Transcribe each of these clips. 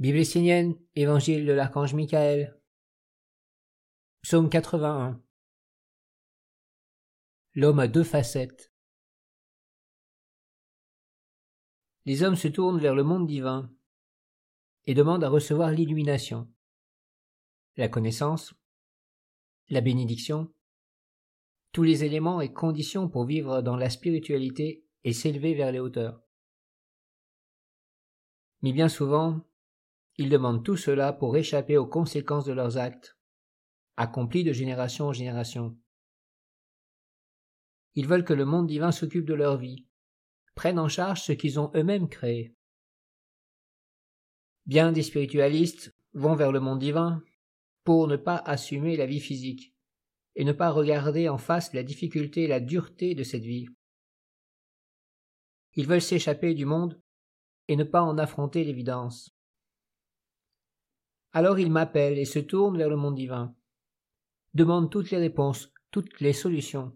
Bible essénienne, Évangile de l'archange Michael. Psaume 81. L'homme a deux facettes. Les hommes se tournent vers le monde divin et demandent à recevoir l'illumination, la connaissance, la bénédiction, tous les éléments et conditions pour vivre dans la spiritualité et s'élever vers les hauteurs. Mais bien souvent, ils demandent tout cela pour échapper aux conséquences de leurs actes, accomplis de génération en génération. Ils veulent que le monde divin s'occupe de leur vie, prenne en charge ce qu'ils ont eux-mêmes créé. Bien des spiritualistes vont vers le monde divin pour ne pas assumer la vie physique et ne pas regarder en face la difficulté et la dureté de cette vie. Ils veulent s'échapper du monde et ne pas en affronter l'évidence. Alors ils m'appellent et se tournent vers le monde divin, demandent toutes les réponses, toutes les solutions.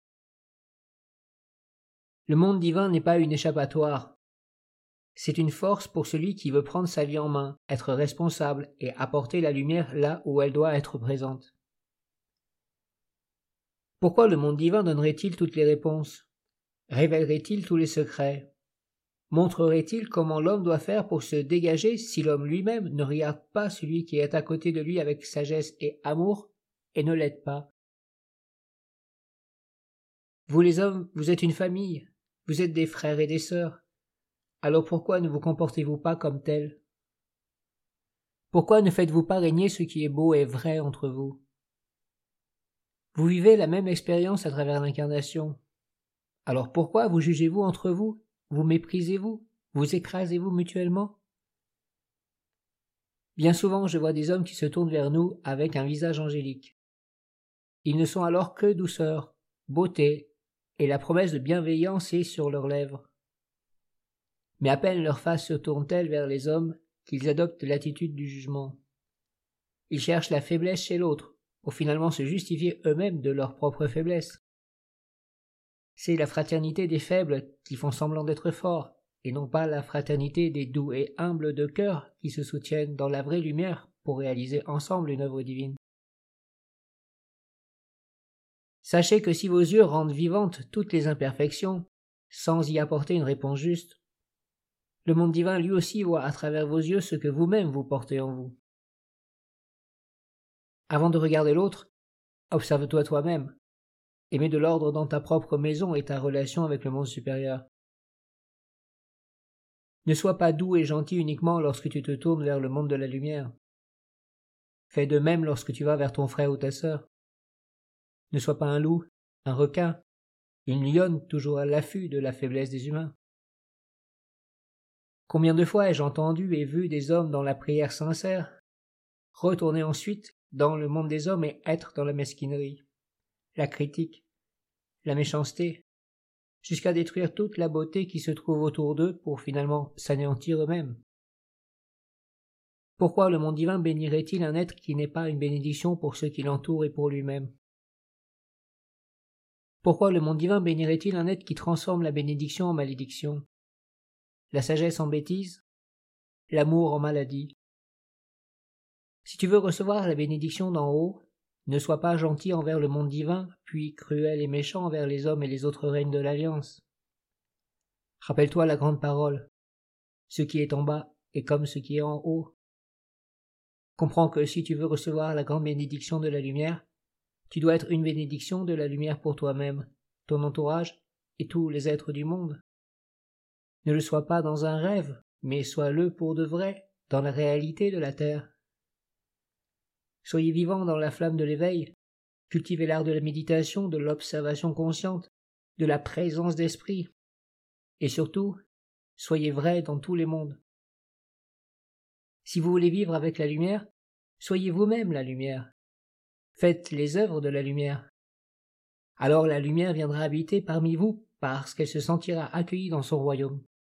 Le monde divin n'est pas une échappatoire. C'est une force pour celui qui veut prendre sa vie en main, être responsable et apporter la lumière là où elle doit être présente. Pourquoi le monde divin donnerait-il toutes les réponses? Révélerait-il tous les secrets? Montrerait-il comment l'homme doit faire pour se dégager si l'homme lui-même ne regarde pas celui qui est à côté de lui avec sagesse et amour et ne l'aide pas? Vous les hommes, vous êtes une famille, vous êtes des frères et des sœurs. Alors pourquoi ne vous comportez-vous pas comme tels? Pourquoi ne faites-vous pas régner ce qui est beau et vrai entre vous? Vous vivez la même expérience à travers l'incarnation. Alors pourquoi vous jugez-vous entre vous? Vous méprisez-vous? Vous écrasez-vous mutuellement? Bien souvent, je vois des hommes qui se tournent vers nous avec un visage angélique. Ils ne sont alors que douceur, beauté, et la promesse de bienveillance est sur leurs lèvres. Mais à peine leur face se tourne-t-elle vers les hommes qu'ils adoptent l'attitude du jugement. Ils cherchent la faiblesse chez l'autre, pour finalement se justifier eux-mêmes de leur propre faiblesse. C'est la fraternité des faibles qui font semblant d'être forts, et non pas la fraternité des doux et humbles de cœur qui se soutiennent dans la vraie lumière pour réaliser ensemble une œuvre divine. Sachez que si vos yeux rendent vivantes toutes les imperfections, sans y apporter une réponse juste, le monde divin lui aussi voit à travers vos yeux ce que vous-même vous portez en vous. Avant de regarder l'autre, observe-toi toi-même, et mets de l'ordre dans ta propre maison et ta relation avec le monde supérieur. Ne sois pas doux et gentil uniquement lorsque tu te tournes vers le monde de la lumière. Fais de même lorsque tu vas vers ton frère ou ta sœur. Ne sois pas un loup, un requin, une lionne toujours à l'affût de la faiblesse des humains. Combien de fois ai-je entendu et vu des hommes dans la prière sincère retourner ensuite dans le monde des hommes et être dans la mesquinerie, la critique, la méchanceté, jusqu'à détruire toute la beauté qui se trouve autour d'eux pour finalement s'anéantir eux-mêmes. Pourquoi le monde divin bénirait-il un être qui n'est pas une bénédiction pour ceux qui l'entourent et pour lui-même? Pourquoi le monde divin bénirait-il un être qui transforme la bénédiction en malédiction, la sagesse en bêtise, l'amour en maladie? Si tu veux recevoir la bénédiction d'en haut, ne sois pas gentil envers le monde divin, puis cruel et méchant envers les hommes et les autres règnes de l'Alliance. Rappelle-toi la grande parole. Ce qui est en bas est comme ce qui est en haut. Comprends que si tu veux recevoir la grande bénédiction de la lumière, tu dois être une bénédiction de la lumière pour toi-même, ton entourage et tous les êtres du monde. Ne le sois pas dans un rêve, mais sois-le pour de vrai, dans la réalité de la terre. Soyez vivants dans la flamme de l'éveil, cultivez l'art de la méditation, de l'observation consciente, de la présence d'esprit, et surtout, soyez vrais dans tous les mondes. Si vous voulez vivre avec la lumière, soyez vous-même la lumière. Faites les œuvres de la lumière. Alors la lumière viendra habiter parmi vous parce qu'elle se sentira accueillie dans son royaume.